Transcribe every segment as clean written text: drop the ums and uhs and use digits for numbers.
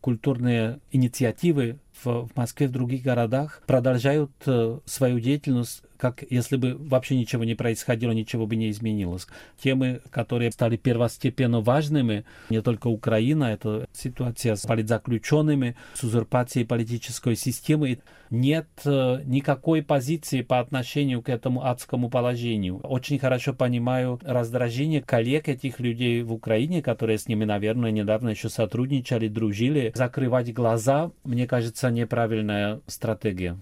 культурные инициативы в Москве, в других городах продолжают свою деятельность, как если бы вообще ничего не происходило, ничего бы не изменилось. Темы, которые стали первостепенно важными, не только Украина, это ситуация с политзаключенными, с узурпацией политической системы. Нет никакой позиции по отношению к этому адскому положению. Очень хорошо понимаю раздражение коллег этих людей в Украине, которые с ними, наверное, недавно еще сотрудничали, дружили. Закрывать глаза, мне кажется, неправильная стратегия.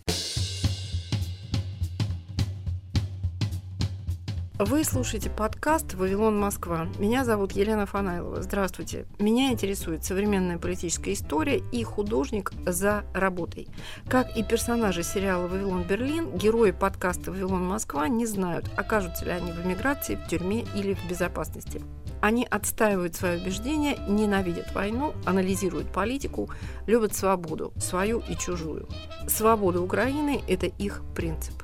Вы слушаете подкаст «Вавилон, Москва». Меня зовут Елена Фанайлова. Здравствуйте. Меня интересует современная политическая история и художник за работой. Как и персонажи сериала «Вавилон, Берлин», герои подкаста «Вавилон, Москва» не знают, окажутся ли они в эмиграции, в тюрьме или в безопасности. Они отстаивают свои убеждения, ненавидят войну, анализируют политику, любят свободу, свою и чужую. Свобода Украины – это их принцип.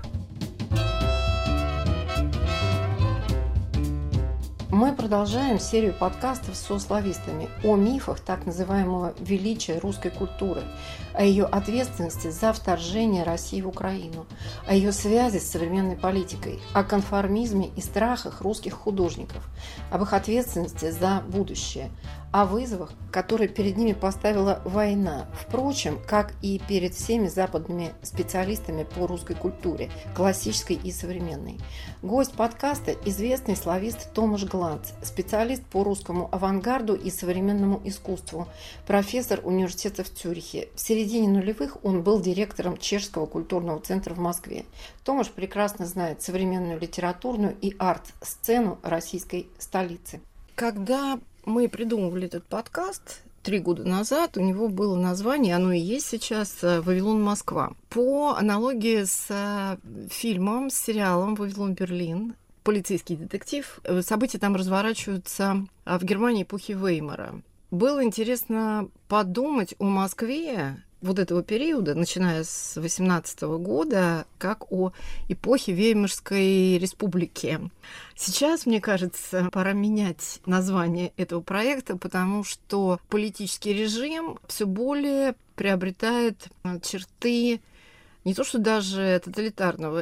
Мы продолжаем серию подкастов со славистами о мифах так называемого величия русской культуры, о ее ответственности за вторжение России в Украину, о ее связи с современной политикой, о конформизме и страхах русских художников, об их ответственности за будущее, о вызовах, которые перед ними поставила война, впрочем, как и перед всеми западными специалистами по русской культуре, классической и современной. Гость подкаста – известный славист Томаш Гланц, специалист по русскому авангарду и современному искусству, профессор университета в Цюрихе. В середине нулевых он был директором Чешского культурного центра в Москве. Томаш прекрасно знает современную литературную и арт-сцену российской столицы. Когда мы придумывали этот подкаст 3 года назад, у него было название, оно и есть сейчас, «Вавилон, Москва». По аналогии с фильмом, с сериалом «Вавилон, Берлин», полицейский детектив, события там разворачиваются в Германии эпохи Веймара. Было интересно подумать о Москве вот этого периода, начиная с 18 года, как о эпохе Веймарской республики. Сейчас, мне кажется, пора менять название этого проекта, потому что политический режим все более приобретает черты не то что даже тоталитарного,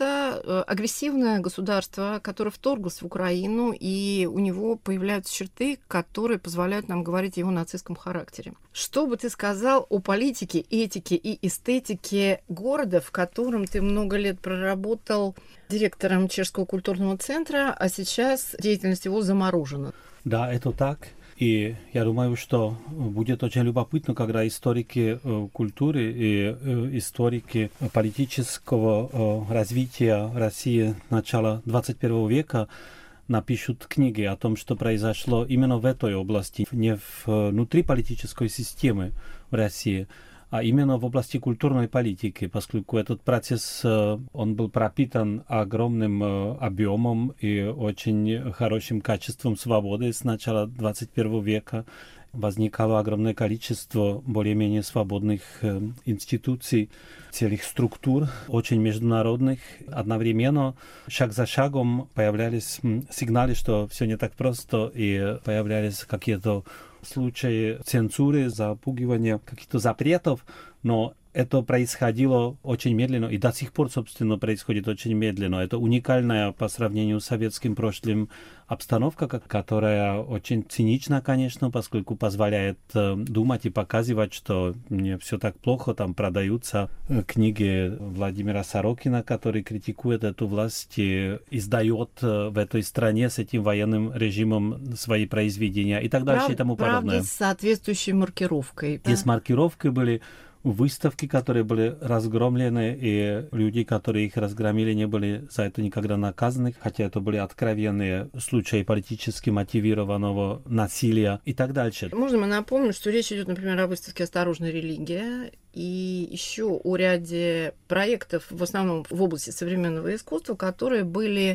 это агрессивное государство, которое вторглось в Украину, и у него появляются черты, которые позволяют нам говорить о его нацистском характере. Что бы ты сказал о политике, этике и эстетике города, в котором ты много лет проработал директором Чешского культурного центра, а сейчас деятельность его заморожена? Да, это так. И я думаю, что будет очень любопытно, когда историки культуры и историки политического развития России начала 21 века напишут книги о том, что произошло именно в этой области, не внутри политической системы в России, а именно в области культурной политики, поскольку этот процесс, он был пропитан огромным объемом и очень хорошим качеством свободы с начала 21 века. Возникало огромное количество более-менее свободных институций, целых структур, очень международных. Одновременно, шаг за шагом, появлялись сигналы, что все не так просто, и появлялись какие-то случаи цензуры, запугивания, каких-то запретов, но это происходило очень медленно, и до сих пор, собственно, происходит очень медленно. Это уникальная по сравнению с советским прошлым обстановка, которая очень цинична, конечно, поскольку позволяет думать и показывать, что не все так плохо. Там продаются книги Владимира Сорокина, который критикует эту власть и издает в этой стране с этим военным режимом свои произведения и так дальше и тому подобное. Правда, с соответствующей маркировкой. И с маркировкой были выставки, которые были разгромлены, и люди, которые их разгромили, не были за это никогда наказаны, хотя это были откровенные случаи политически мотивированного насилия и так дальше. Можно мы напомним, что речь идет, например, о выставке «Осторожная религия», и еще о ряде проектов, в основном в области современного искусства, которые были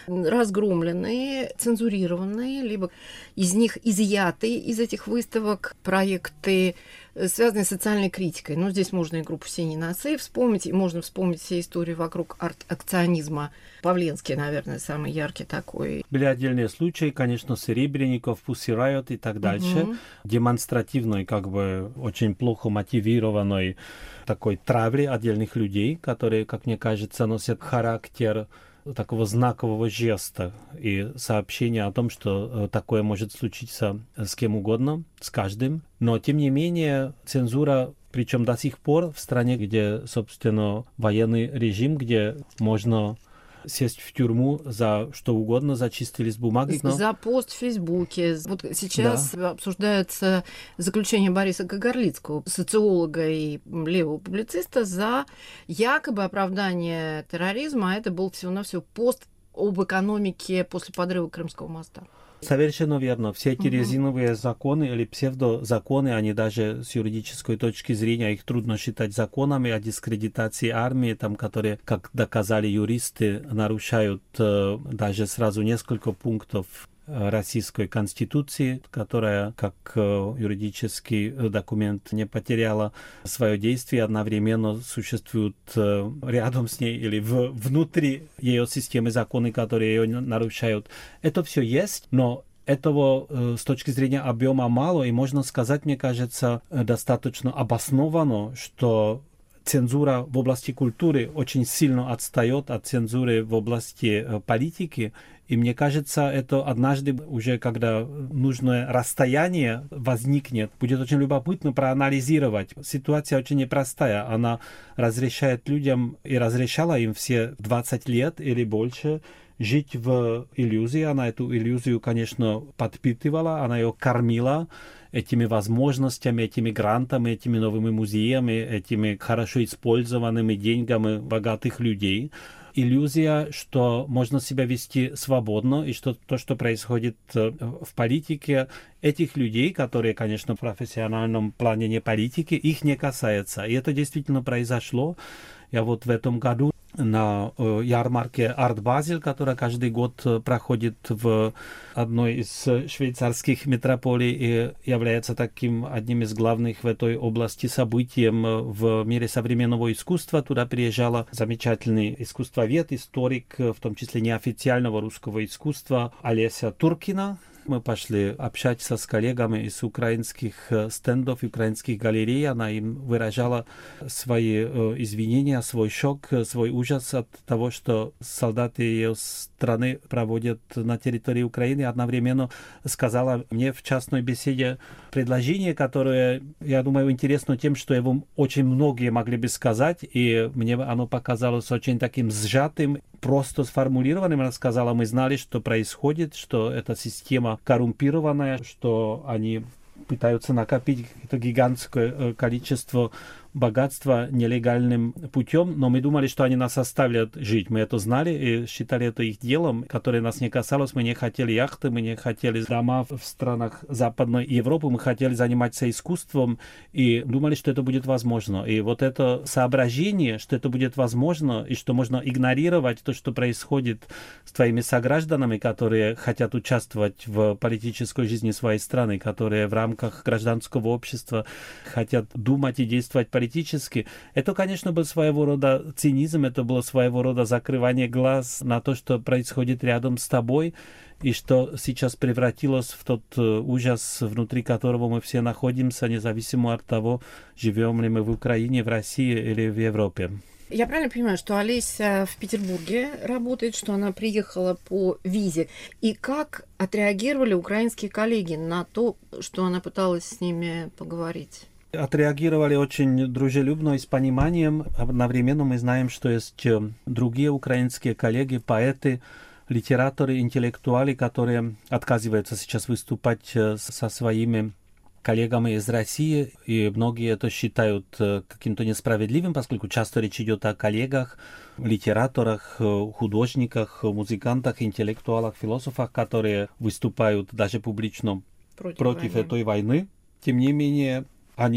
разгромлены, цензурированы, либо из них изъяты из этих выставок проекты, связанные с социальной критикой. Ну, здесь можно и группу «Синие носы» вспомнить, и можно вспомнить все истории вокруг арт-акционизма. Павленский, наверное, самый яркий такой. Были отдельные случаи, конечно, Серебренников, Pussy Riot и так дальше. Демонстративной, как бы очень плохо мотивированной такой травли отдельных людей, которые, как мне кажется, носят характер такого знакового жеста и сообщения о том, что такое может случиться с кем угодно, с каждым. Но, тем не менее, цензура, причем до сих пор в стране, где, собственно, военный режим, где можно сесть в тюрьму за что угодно, за чистый лист бумаги. Но... За пост в Фейсбуке. Вот сейчас обсуждается заключение Бориса Гагарлицкого, социолога и левого публициста, за якобы оправдание терроризма. А это был всего-навсего пост об экономике после подрыва Крымского моста. Совершенно верно. Все эти резиновые законы или псевдозаконы, они даже с юридической точки зрения, их трудно считать законами о дискредитации армии, там, которые, как доказали юристы, нарушают даже сразу несколько пунктов Российской Конституции, которая, как юридический документ, не потеряла свое действие, одновременно существуют рядом с ней или внутри ее системы законы, которые ее нарушают. Это все есть, но этого с точки зрения объема мало, и можно сказать, мне кажется, достаточно обоснованно, что цензура в области культуры очень сильно отстает от цензуры в области политики. И мне кажется, это однажды уже, когда нужное расстояние возникнет, будет очень любопытно проанализировать. Ситуация очень непростая. Она разрешает людям и разрешала им все 20 лет или больше жить в иллюзии. Она эту иллюзию, конечно, подпитывала, она ее кормила этими возможностями, этими грантами, этими новыми музеями, этими хорошо использованными деньгами богатых людей. Иллюзия, что можно себя вести свободно, и что то, что происходит в политике, этих людей, которые, конечно, в профессиональном плане не политики, их не касается. И это действительно произошло. Я вот в этом году на ярмарке Art Basel, которая каждый год проходит в одной из швейцарских метрополий и является таким одним из главных в этой области событием в мире современного искусства. Туда приезжала замечательный искусствовед, историк, в том числе неофициального русского искусства, Олеся Туркина. Мы пошли общаться с коллегами из украинских стендов, украинских галерей. Она им выражала свои извинения, свой шок, свой ужас от того, что солдаты ее страны проводят на территории Украины. Одновременно сказала мне в частной беседе предложение, которое, я думаю, интересно тем, что его очень многие могли бы сказать, и мне оно показалось очень таким сжатым, просто сформулированным. Она сказала, мы знали, что происходит, что эта система коррумпированная, что они пытаются накопить это гигантское количество богатства нелегальным путем, но мы думали, что они нас оставят жить. Мы это знали и считали это их делом, которое нас не касалось. Мы не хотели яхты, мы не хотели дома в странах Западной Европы, мы хотели заниматься искусством и думали, что это будет возможно. И вот это соображение, что это будет возможно и что можно игнорировать то, что происходит с твоими согражданами, которые хотят участвовать в политической жизни своей страны, которые в рамках гражданского общества хотят думать и действовать политически. Это, конечно, был своего рода цинизм, это было своего рода закрывание глаз на то, что происходит рядом с тобой, и что сейчас превратилось в тот ужас, внутри которого мы все находимся, независимо от того, живем ли мы в Украине, в России или в Европе. Я правильно понимаю, что Олеся в Петербурге работает, что она приехала по визе? И как отреагировали украинские коллеги на то, что она пыталась с ними поговорить? Отреагировали очень дружелюбно и с пониманием. Одновременно мы знаем, что есть другие украинские коллеги, поэты, литераторы, интеллектуалы, которые отказываются сейчас выступать со своими коллегами из России, и многие это считают каким-то несправедливым, поскольку часто речь идет о коллегах, литераторах, художниках, музыкантах, интеллектуалах, философах, которые выступают даже публично против этой войны. Тем не менее, они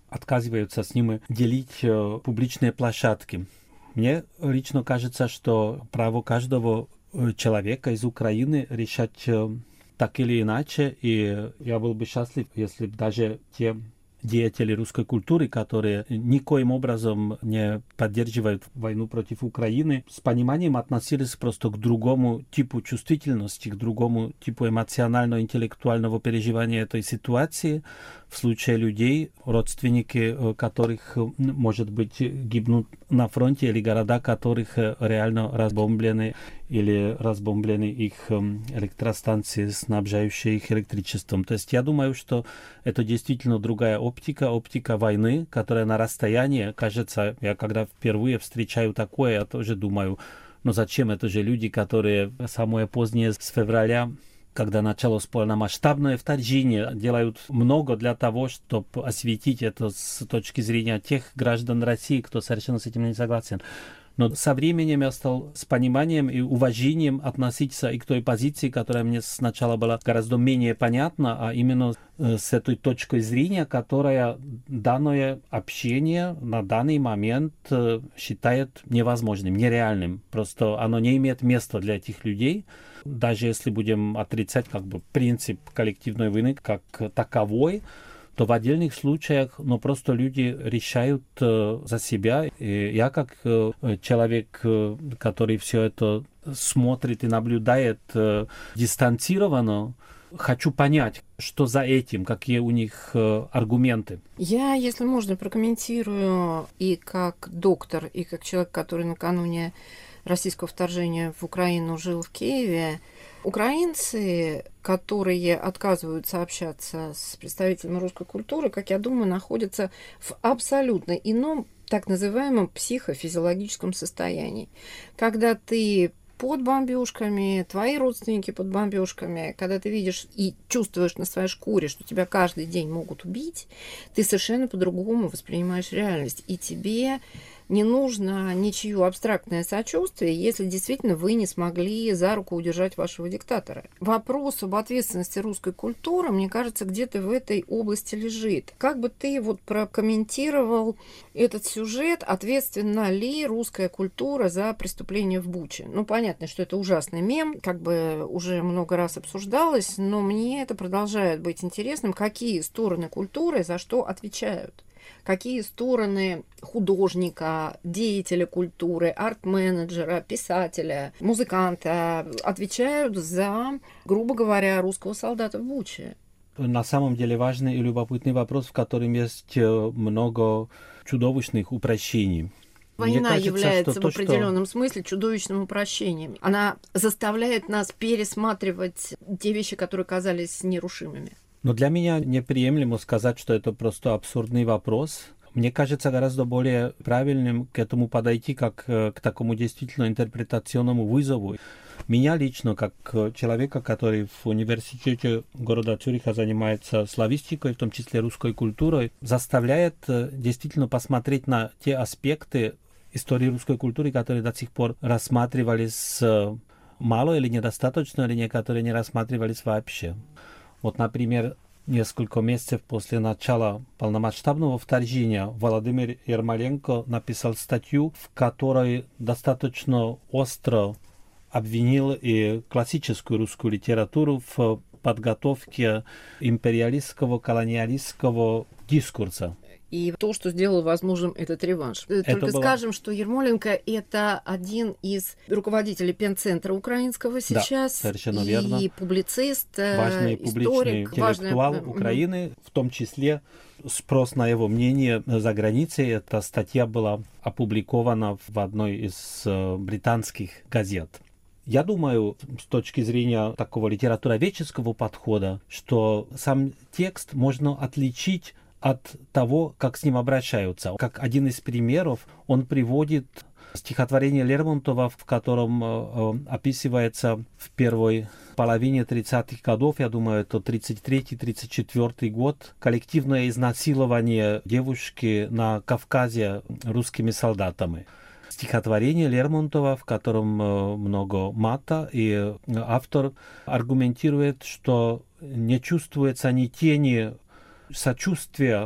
отказываются с ними делить публичные площадки. Мне лично кажется, что право каждого человека из Украины решать так или иначе, и я был бы счастлив, если бы даже те деятели русской культуры, которые никоим образом не поддерживают войну против Украины, с пониманием относились просто к другому типу чувствительности, к другому типу эмоционально-интеллектуального переживания этой ситуации. В случае людей, родственники которых, может быть, гибнут на фронте, или города которых реально разбомблены, или разбомблены их электростанции, снабжающие их электричеством. То есть я думаю, что это действительно другая оптика войны, которая на расстоянии, кажется, я когда впервые встречаю такое, я тоже думаю, ну зачем, это же люди, которые самое позднее с февраля, когда началось полномасштабное вторжение, делают много для того, чтобы осветить это с точки зрения тех граждан России, кто совершенно с этим не согласен. Но со временем я стал с пониманием и уважением относиться и к той позиции, которая мне сначала была гораздо менее понятна, а именно с этой точкой зрения, которая данное общение на данный момент считает невозможным, нереальным. Просто оно не имеет места для этих людей. Даже если будем отрицать принцип коллективной вины как таковой, то в отдельных случаях, просто люди решают за себя. И я как человек, который все это смотрит и наблюдает дистанцированно, хочу понять, что за этим, какие у них аргументы. Я, если можно, прокомментирую и как доктор, и как человек, который накануне российского вторжения в Украину жил в Киеве. Украинцы, которые отказываются общаться с представителями русской культуры, как я думаю, находятся в абсолютно ином, так называемом психофизиологическом состоянии. Когда ты под бомбежками, твои родственники под бомбежками, когда ты видишь и чувствуешь на своей шкуре, что тебя каждый день могут убить, ты совершенно по-другому воспринимаешь реальность. И тебе не нужно ничье абстрактное сочувствие, если действительно вы не смогли за руку удержать вашего диктатора. Вопрос об ответственности русской культуры, мне кажется, где-то в этой области лежит. Как бы ты прокомментировал этот сюжет, ответственна ли русская культура за преступление в Буче? Понятно, что это ужасный мем, уже много раз обсуждалось, но мне это продолжает быть интересным, какие стороны культуры за что отвечают. Какие стороны художника, деятеля культуры, арт-менеджера, писателя, музыканта отвечают за, грубо говоря, русского солдата в Буче? На самом деле важный и любопытный вопрос, в котором есть много чудовищных упрощений. Война является в определенном смысле чудовищным упрощением. Она заставляет нас пересматривать те вещи, которые казались нерушимыми. Но для меня неприемлемо сказать, что это просто абсурдный вопрос. Мне кажется гораздо более правильным к этому подойти как к такому действительно интерпретационному вызову. Меня лично, как человека, который в университете города Цюриха занимается славистикой, в том числе русской культурой, заставляет действительно посмотреть на те аспекты истории русской культуры, которые до сих пор рассматривались мало или недостаточно, или некоторые не рассматривались вообще. Например, несколько месяцев после начала полномасштабного вторжения Владимир Ермоленко написал статью, в которой достаточно остро обвинил и классическую русскую литературу в подготовке империалистского, колониалистского дискурса. И то, что сделало возможным этот реванш. Только скажем, что Ермоленко – это один из руководителей пенцентра украинского сейчас. Да, совершенно верно. И публицист, важный историк, публичный интеллектуал Украины, в том числе спрос на его мнение за границей. Эта статья была опубликована в одной из британских газет. Я думаю, с точки зрения такого литературоведческого подхода, что сам текст можно отличить от того, как с ним обращаются. Как один из примеров он приводит стихотворение Лермонтова, в котором описывается в первой половине 30-х годов, я думаю, это 33-34 год, коллективное изнасилование девушки на Кавказе русскими солдатами. Стихотворение Лермонтова, в котором много мата, и автор аргументирует, что не чувствуется ни тени сочувствия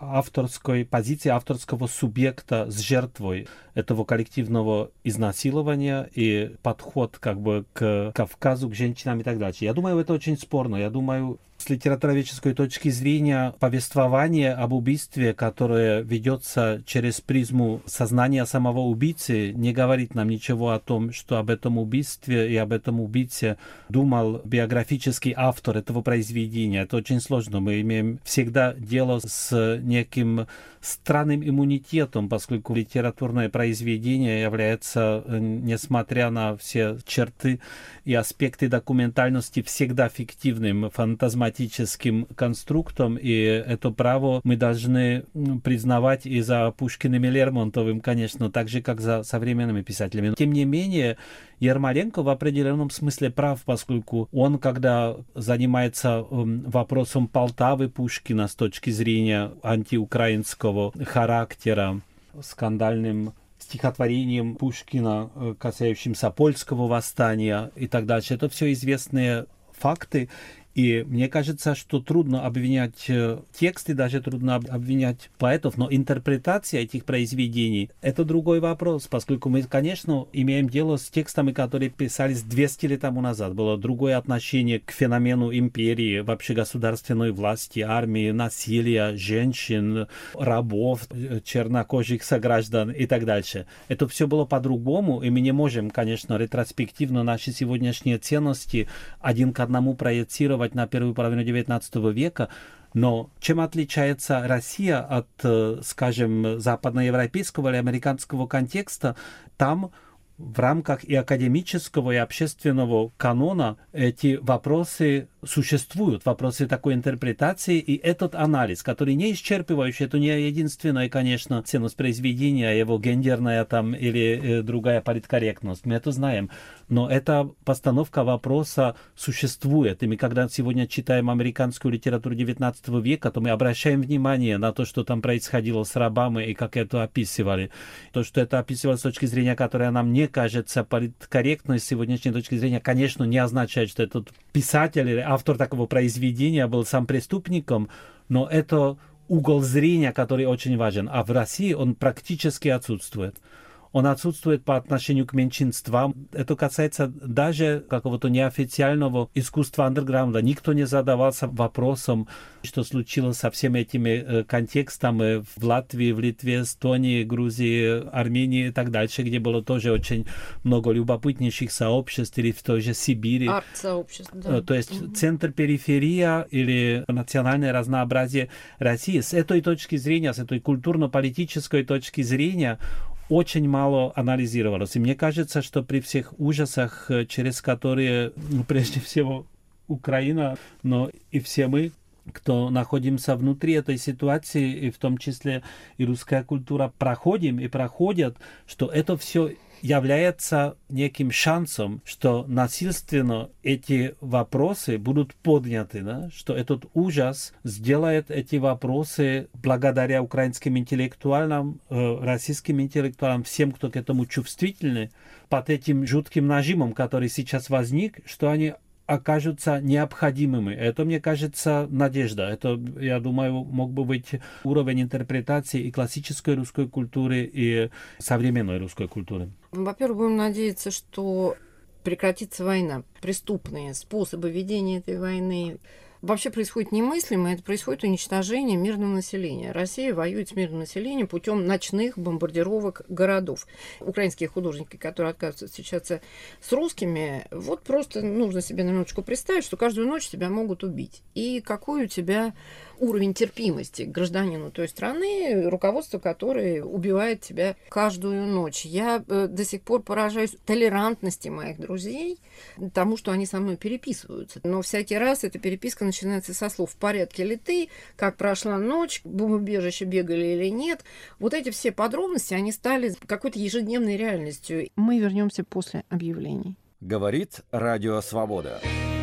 авторской позиции, авторского субъекта с жертвой этого коллективного изнасилования и подход как бы к Кавказу, к женщинам и так дальше. Я думаю, это очень спорно. Я думаю, с литературоведческой точки зрения повествование об убийстве, которое ведется через призму сознания самого убийцы, не говорит нам ничего о том, что об этом убийстве и об этом убийце думал биографический автор этого произведения. Это очень сложно. Мы имеем всегда дело с неким странным иммунитетом, поскольку литературное произведение является, несмотря на все черты и аспекты документальности, всегда фиктивным, фантазматическим конструктом, и это право мы должны признавать и за Пушкиным и Лермонтовым, конечно, так же, как за современными писателями. Тем не менее, Ермоленко в определенном смысле прав, поскольку он, когда занимается вопросом Полтавы Пушкина с точки зрения антиукраинского характера, скандальным стихотворением Пушкина, касающимся польского восстания и так дальше, это все известные факты. И мне кажется, что трудно обвинять тексты, даже трудно обвинять поэтов, но интерпретация этих произведений — это другой вопрос, поскольку мы, конечно, имеем дело с текстами, которые писались 200 лет тому назад. Было другое отношение к феномену империи, вообще государственной власти, армии, насилия, женщин, рабов, чернокожих сограждан и так дальше. Это все было по-другому, и мы не можем, конечно, ретроспективно наши сегодняшние ценности один к одному проецировать на первую половину XIX века, но чем отличается Россия от, скажем, западноевропейского или американского контекста? Там в рамках и академического, и общественного канона эти вопросы существуют, вопросы такой интерпретации, и этот анализ, который не исчерпывающий, это не единственная, конечно, ценность произведения, его гендерная там или другая политкорректность, мы это знаем, но эта постановка вопроса существует, и мы когда сегодня читаем американскую литературу XIX века, то мы обращаем внимание на то, что там происходило с рабами и как это описывали. То, что это описывали с точки зрения, которая нам не кажется политкорректной с сегодняшней точки зрения, конечно, не означает, что этот писатель или автор такого произведения был сам преступником, но это угол зрения, который очень важен. А в России он практически отсутствует. Он отсутствует по отношению к меньшинствам. Это касается даже какого-то неофициального искусства андерграунда. Никто не задавался вопросом, что случилось со всеми этими контекстами в Латвии, в Литве, Эстонии, Грузии, Армении и так дальше, где было тоже очень много любопытнейших сообществ, или в той же Сибири. Арт-сообществ, да. То есть центр-периферия или национальное разнообразие России. С этой точки зрения, с этой культурно-политической точки зрения, очень мало анализировалось. И мне кажется, что при всех ужасах, через которые, прежде всего, Украина, но и все мы, кто находимся внутри этой ситуации, и в том числе и русская культура, проходим и проходят, что это все является неким шансом, что насильственно эти вопросы будут подняты, да? Что этот ужас сделает эти вопросы благодаря украинским интеллектуалам, российским интеллектуалам, всем, кто к этому чувствительны, под этим жутким нажимом, который сейчас возник, что они окажутся необходимыми. Это, мне кажется, надежда. Это, я думаю, мог бы быть уровень интерпретации и классической русской культуры, и современной русской культуры. Во-первых, будем надеяться, что прекратится война. Преступные способы ведения этой войны вообще происходит немыслимо, это происходит уничтожение мирного населения. Россия воюет с мирным населением путем ночных бомбардировок городов. Украинские художники, которые отказываются встречаться с русскими, вот просто нужно себе на минуточку представить, что каждую ночь тебя могут убить. И какой у тебя уровень терпимости к гражданину той страны, руководство которой убивает тебя каждую ночь. Я до сих пор поражаюсь толерантности моих друзей, тому, что они со мной переписываются. Но всякий раз эта переписка начинается со слов: в порядке ли ты, как прошла ночь, в бомбоубежище бегали или нет. Вот эти все подробности, они стали какой-то ежедневной реальностью. Мы вернемся после объявлений. Говорит Радио Свобода.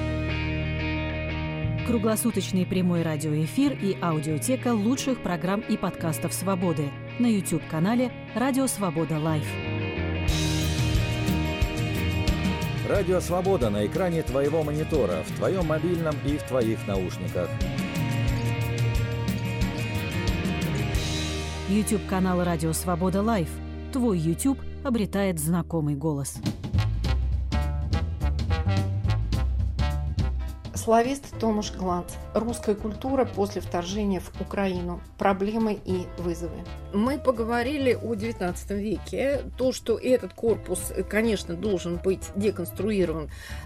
Круглосуточный прямой радиоэфир и аудиотека лучших программ и подкастов «Свободы» на YouTube-канале «Радио Свобода Лайв». Радио Свобода на экране твоего монитора, в твоем мобильном и в твоих наушниках. YouTube-канал «Радио Свобода Лайв». Твой YouTube обретает знакомый голос. Славист Томаш Гланц. Русская культура после вторжения в Украину. Проблемы и вызовы. Мы поговорили о XIX веке. То, что этот корпус, конечно, должен быть деконструирован.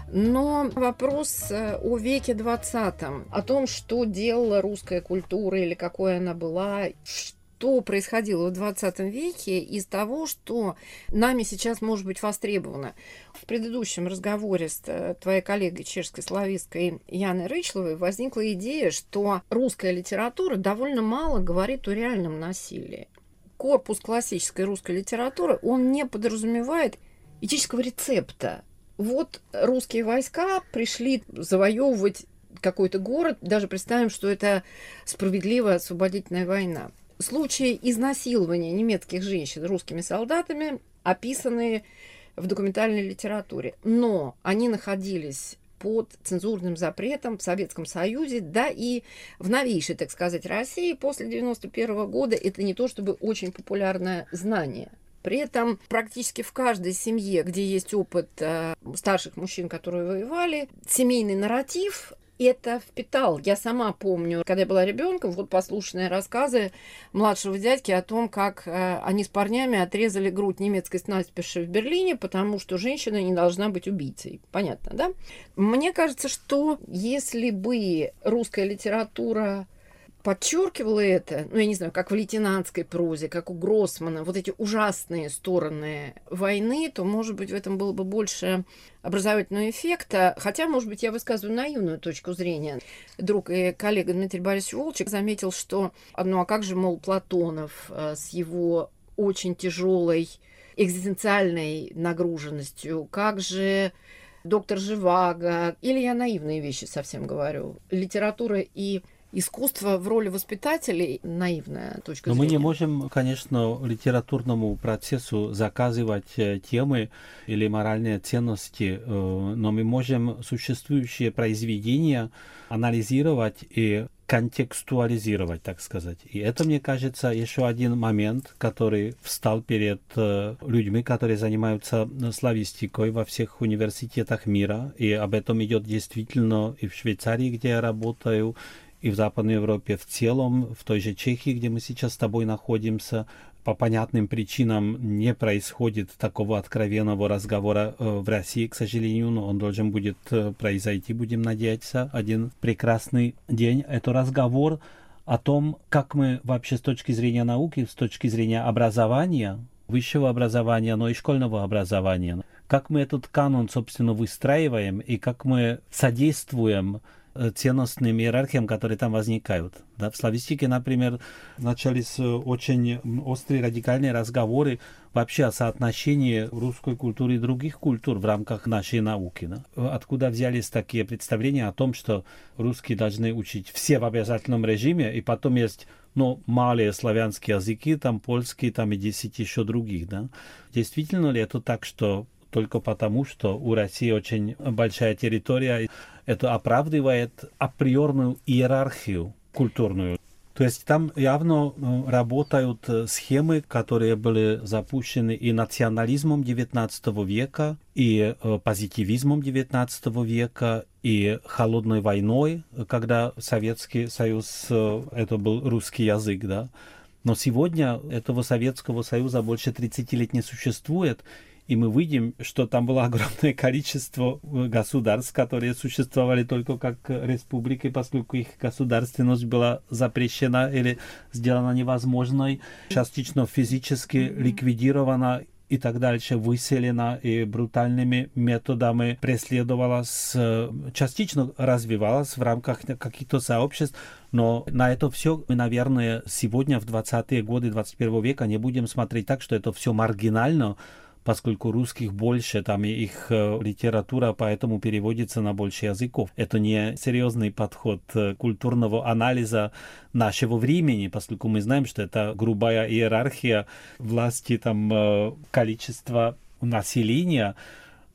Но вопрос о веке XX, о том, что делала русская культура или какой она была, что происходило в XX веке из того, что нами сейчас может быть востребовано. В предыдущем разговоре с твоей коллегой, чешской слависткой Яной Рычловой, возникла идея, что русская литература довольно мало говорит о реальном насилии. Корпус классической русской литературы, он не подразумевает этического рецепта. Вот русские войска пришли завоевывать какой-то город, даже представим, что это справедливая освободительная война. Случаи изнасилования немецких женщин русскими солдатами описаны в документальной литературе, но они находились под цензурным запретом в Советском Союзе, да и в новейшей, так сказать, России после 1991 года это не то чтобы очень популярное знание. При этом практически в каждой семье, где есть опыт старших мужчин, которые воевали, семейный нарратив это впитал. Я сама помню, когда я была ребенком, вот послушные рассказы младшего дядьки о том, как они с парнями отрезали грудь немецкой снайперши в Берлине, потому что женщина не должна быть убийцей. Понятно, да? Мне кажется, что если бы русская литература подчеркивала это, ну, я не знаю, как в лейтенантской прозе, как у Гроссмана, вот эти ужасные стороны войны, то, может быть, в этом было бы больше образовательного эффекта. Хотя, может быть, я высказываю наивную точку зрения. Друг и коллега Дмитрий Борисович Волчек заметил, что, ну, а как же, мол, Платонов с его очень тяжелой экзистенциальной нагруженностью, как же доктор Живаго, или я наивные вещи совсем говорю, литература и искусство в роли воспитателей — наивная точка зрения. Но мы не можем, конечно, литературному процессу заказывать темы или моральные ценности, но мы можем существующие произведения анализировать и контекстуализировать, так сказать. И это, мне кажется, еще один момент, который встал перед людьми, которые занимаются славистикой во всех университетах мира. И об этом идет действительно и в Швейцарии, где я работаю, и в Западной Европе в целом, в той же Чехии, где мы сейчас с тобой находимся. По понятным причинам не происходит такого откровенного разговора в России, к сожалению, но он должен будет произойти, будем надеяться, один прекрасный день. Это разговор о том, как мы вообще с точки зрения науки, с точки зрения образования, высшего образования, но и школьного образования, как мы этот канон, собственно, выстраиваем и как мы содействуем ценностным иерархиям, которые там возникают. Да, в славистике, например, начались очень острые радикальные разговоры вообще о соотношении русской культуры и других культур в рамках нашей науки. Да? Откуда взялись такие представления о том, что русские должны учить все в обязательном режиме, и потом есть малые славянские языки, там польский, там и 10 еще других. Да? Действительно ли это так, что только потому, что у России очень большая территория, это оправдывает априорную иерархию культурную? То есть там явно работают схемы, которые были запущены и национализмом XIX века, и позитивизмом XIX века, и холодной войной, когда Советский Союз, это был русский язык, да. Но сегодня этого Советского Союза больше 30 лет не существует, и мы видим, что там было огромное количество государств, которые существовали только как республики, поскольку их государственность была запрещена или сделана невозможной, частично физически ликвидирована и так дальше, выселена и брутальными методами преследовалась, частично развивалась в рамках каких-то сообществ, но на это все мы, наверное, сегодня в 20-е годы 21 века не будем смотреть так, что это все маргинально, поскольку русских больше, там и их литература поэтому переводится на больше языков. Это не серьезный подход культурного анализа нашего времени, поскольку мы знаем, что это грубая иерархия власти, там количество населения.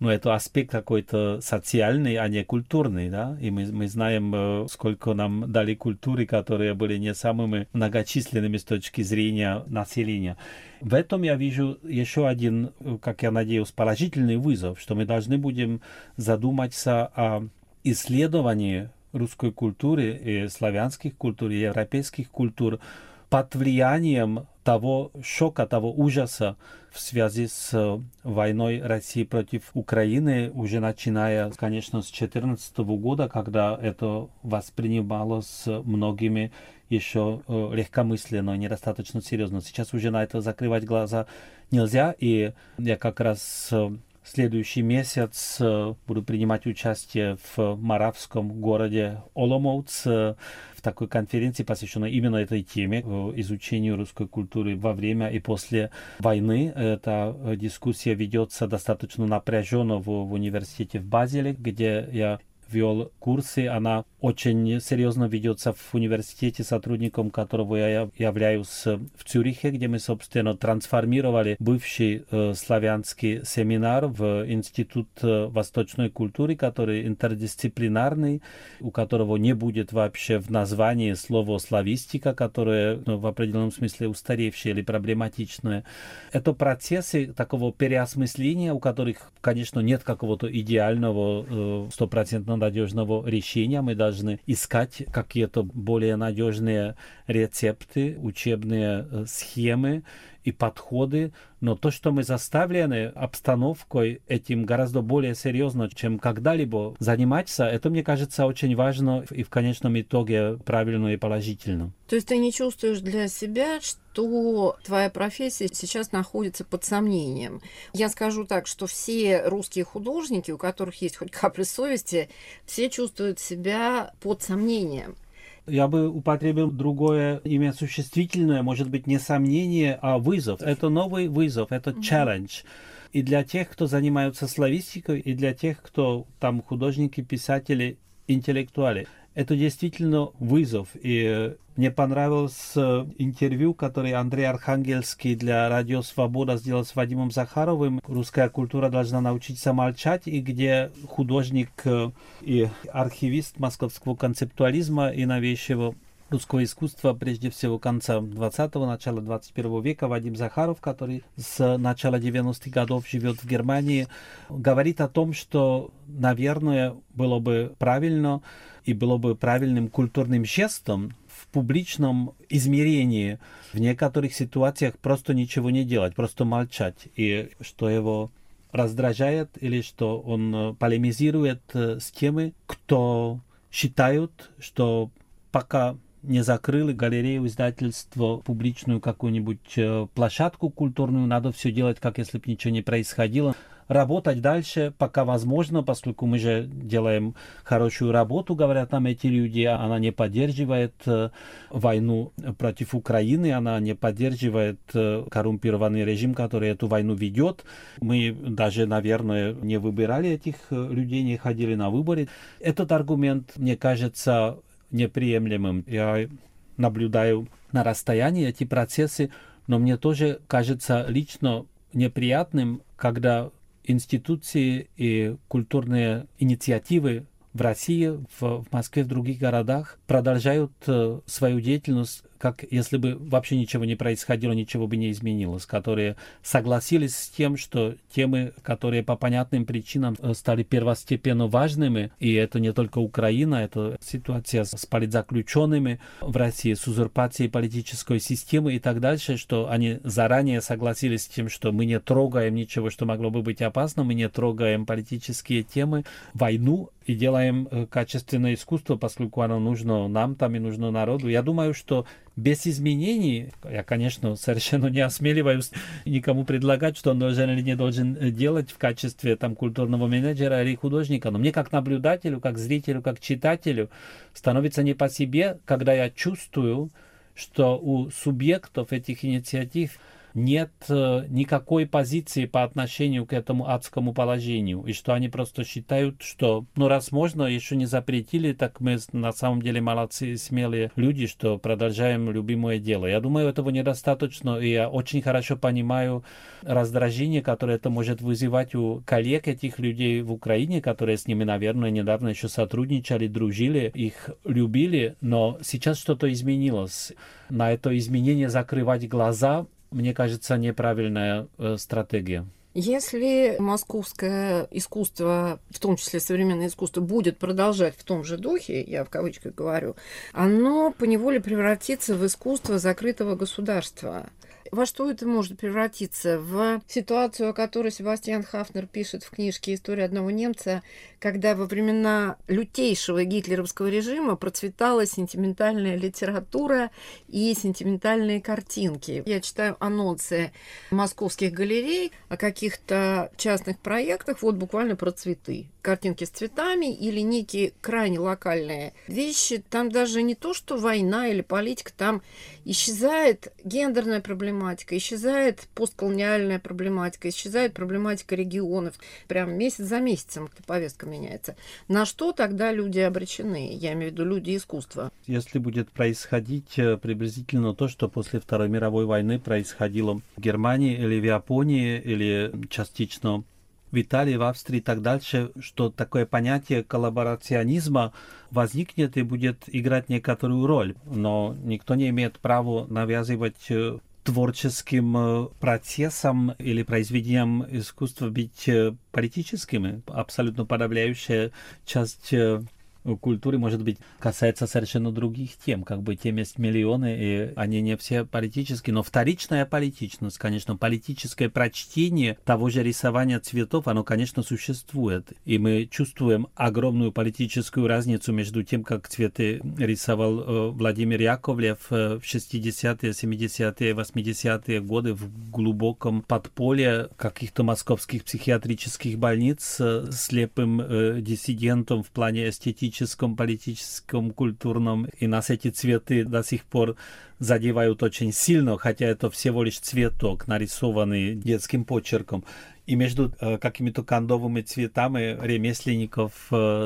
но это аспект какой-то социальный, а не культурный, да, и мы знаем, сколько нам дали культуры, которые были не самыми многочисленными с точки зрения населения. В этом я вижу еще один, как я надеюсь, положительный вызов, что мы должны будем задуматься о исследовании русской культуры и славянских культур, и европейских культур под влиянием того шока, того ужаса в связи с войной России против Украины, уже начиная, конечно, с 2014 года, когда это воспринималось многими еще легкомысленно, недостаточно серьезно. Сейчас уже на это закрывать глаза нельзя, и я как раз следующий месяц буду принимать участие в маравском городе Оломouc в такой конференции, посвященной именно этой теме, изучению русской культуры во время и после войны. Эта дискуссия ведется достаточно напряженно в университете в Базеле, где я вел курсы. Она очень серьезно ведется в университете, сотрудником которого я являюсь в Цюрихе, где мы, собственно, трансформировали бывший славянский семинар в Институт восточной культуры, который интердисциплинарный, у которого не будет вообще в названии слова славистика, которое в определенном смысле устаревшее или проблематичное. Это процессы такого переосмысления, у которых, конечно, нет какого-то идеального, стопроцентно надежного решения. Мы должны искать какие-то более надежные рецепты, учебные схемы и подходы, но то, что мы заставлены обстановкой этим гораздо более серьезно, чем когда-либо заниматься, это, мне кажется, очень важно и в конечном итоге правильно и положительно. То есть ты не чувствуешь для себя, что твоя профессия сейчас находится под сомнением? Я скажу так, что все русские художники, у которых есть хоть капля совести, все чувствуют себя под сомнением. Я бы употребил другое имя существительное, может быть, не сомнение, а вызов. Это новый вызов, это challenge. И для тех, кто занимается славистикой, и для тех, кто там художники, писатели, интеллектуалы. Это действительно вызов. И мне понравилось интервью, которое Андрей Архангельский для Радио Свобода сделал с Вадимом Захаровым. «Русская культура должна научиться молчать», и где художник и архивист московского концептуализма и новейшего русского искусства, прежде всего конца 20-го, начала 21 века, Вадим Захаров, который с начала 90-х годов живет в Германии, говорит о том, что, наверное, было бы правильно и было бы правильным культурным жестом в публичном измерении в некоторых ситуациях просто ничего не делать, просто молчать. И что его раздражает или что он полемизирует с теми, кто считают, что пока не закрыли галерею, издательство, публичную какую-нибудь площадку культурную, надо все делать, как если бы ничего не происходило. Работать дальше, пока возможно, поскольку мы же делаем хорошую работу, говорят нам эти люди, она не поддерживает войну против Украины, она не поддерживает коррумпированный режим, который эту войну ведет. Мы даже, наверное, не выбирали этих людей, не ходили на выборы. Этот аргумент, мне кажется, неприемлемым. Я наблюдаю на расстоянии эти процессы, но мне тоже кажется лично неприятным, когда институции и культурные инициативы в России, в Москве, в других городах продолжают свою деятельность, как если бы вообще ничего не происходило, ничего бы не изменилось, которые согласились с тем, что темы, которые по понятным причинам стали первостепенно важными, и это не только Украина, это ситуация с политзаключенными в России, с узурпацией политической системы и так дальше, что они заранее согласились с тем, что мы не трогаем ничего, что могло бы быть опасно, мы не трогаем политические темы, войну, и делаем качественное искусство, поскольку оно нужно нам там и нужно народу. Я думаю, что без изменений, я, конечно, совершенно не осмеливаюсь никому предлагать, что он должен или не должен делать в качестве там культурного менеджера или художника, но мне как наблюдателю, как зрителю, как читателю становится не по себе, когда я чувствую, что у субъектов этих инициатив нет никакой позиции по отношению к этому адскому положению, и что они просто считают, что, раз можно, еще не запретили, так мы на самом деле молодцы, смелые люди, что продолжаем любимое дело. Я думаю, этого недостаточно, и я очень хорошо понимаю раздражение, которое это может вызывать у коллег этих людей в Украине, которые с ними, наверное, недавно еще сотрудничали, дружили, их любили, но сейчас что-то изменилось. На это изменение закрывать глаза, мне кажется, неправильная стратегия. Если московское искусство, в том числе современное искусство, будет продолжать в том же духе, я в кавычках говорю, оно поневоле превратится в искусство закрытого государства. Во что это может превратиться? В ситуацию, о которой Себастьян Хафнер пишет в книжке «История одного немца», когда во времена лютейшего гитлеровского режима процветала сентиментальная литература и сентиментальные картинки. Я читаю анонсы московских галерей о каких-то частных проектах, вот буквально про цветы. Картинки с цветами или некие крайне локальные вещи. Там даже не то, что война или политика, там исчезает гендерная проблематика, исчезает постколониальная проблематика, исчезает проблематика регионов. Прям месяц за месяцем эта повестка меняется. На что тогда люди обречены? Я имею в виду люди искусства. Если будет происходить приблизительно то, что после Второй мировой войны происходило в Германии или в Японии, или частично в Италии, в Австрии и так дальше, что такое понятие коллаборационизма возникнет и будет играть некоторую роль. Но никто не имеет права навязывать творческим процессом или произведением искусства быть политическими. Абсолютно подавляющая часть культуры, может быть, касается совершенно других тем. Тем есть миллионы, и они не все политические, но вторичная политичность, конечно, политическое прочтение того же рисования цветов, оно, конечно, существует. И мы чувствуем огромную политическую разницу между тем, как цветы рисовал Владимир Яковлев в 60-е, 70-е, 80-е годы в глубоком подполье каких-то московских психиатрических больниц, слепым диссидентом в плане эстетическом, политическом, культурном. И нас эти цветы до сих пор задевают очень сильно, хотя это всего лишь цветок, нарисованный детским почерком. И между какими-то кондовыми цветами ремесленников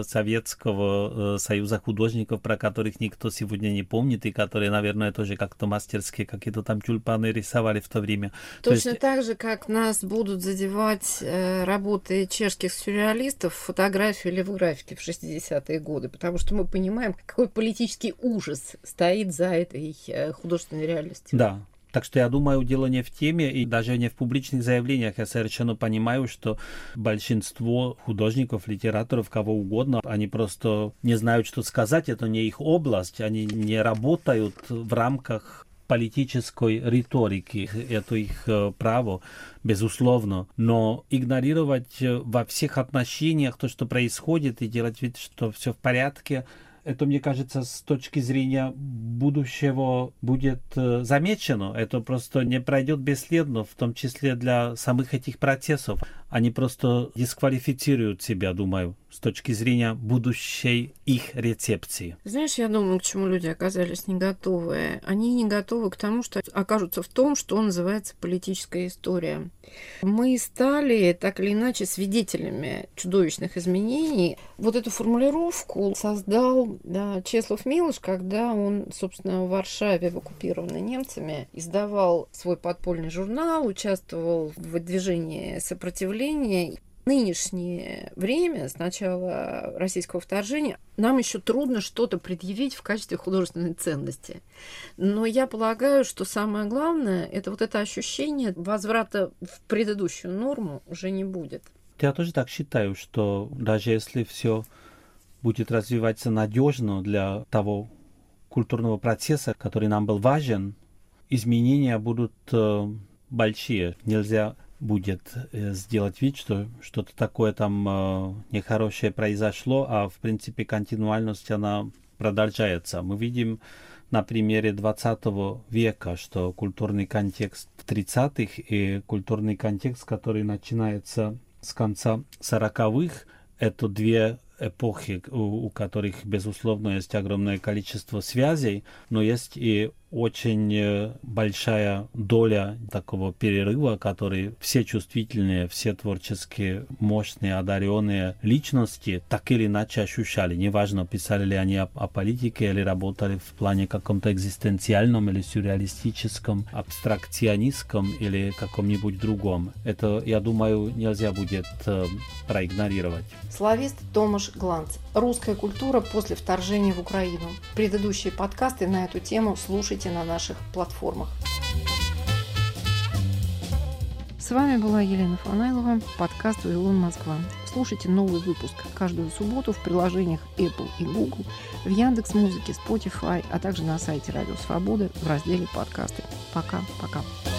Советского Союза художников, про которых никто сегодня не помнит, и которые, наверное, тоже как-то мастерские какие-то там тюльпаны рисовали в то время. Точно так же, как нас будут задевать работы чешских сюрреалистов, фотографии или в графике в 60-е годы, потому что мы понимаем, какой политический ужас стоит за этой художественной реальностью. Да. Так что я думаю, дело не в теме и даже не в публичных заявлениях. Я совершенно понимаю, что большинство художников, литераторов, кого угодно, они просто не знают, что сказать. Это не их область. Они не работают в рамках политической риторики. Это их право, безусловно. Но игнорировать во всех отношениях то, что происходит, и делать вид, что все в порядке, это, мне кажется, с точки зрения будущего будет замечено. Это просто не пройдет бесследно, в том числе для самых этих процессов. Они просто дисквалифицируют себя, думаю, с точки зрения будущей их рецепции. Знаешь, я думаю, к чему люди оказались не готовы. Они не готовы к тому, что окажутся в том, что называется политическая история. Мы стали, так или иначе, свидетелями чудовищных изменений. Вот эту формулировку создал Чеслав Милош, когда он, собственно, в Варшаве, в оккупированной немцами, издавал свой подпольный журнал, участвовал в движении сопротивления. Нынешнее время, с начала российского вторжения, нам еще трудно что-то предъявить в качестве художественной ценности. Но я полагаю, что самое главное, это вот это ощущение возврата в предыдущую норму уже не будет. Я тоже так считаю, что даже если все будет развиваться надежно для того культурного процесса, который нам был важен, изменения будут большие. Нельзя будет сделать вид, что что-то такое там нехорошее произошло, а в принципе континуальность она продолжается. Мы видим на примере 20 века, что культурный контекст 30-х и культурный контекст, который начинается с конца 40-х, это две эпохи, у которых, безусловно, есть огромное количество связей, но есть и очень большая доля такого перерыва, который все чувствительные, все творческие, мощные, одаренные личности так или иначе ощущали. Неважно, писали ли они о политике или работали в плане каком-то экзистенциальном или сюрреалистическом, абстракционистском или каком-нибудь другом. Это, я думаю, нельзя будет проигнорировать. Славист Томаш Гланц. Русская культура после вторжения в Украину. Предыдущие подкасты на эту тему слушайте на наших платформах. С вами была Елена Фанайлова, подкаст «Вавилон Москва». Слушайте новый выпуск каждую субботу в приложениях Apple и Google, в Яндекс.Музыке, Spotify, а также на сайте Радио Свобода в разделе «Подкасты». Пока-пока.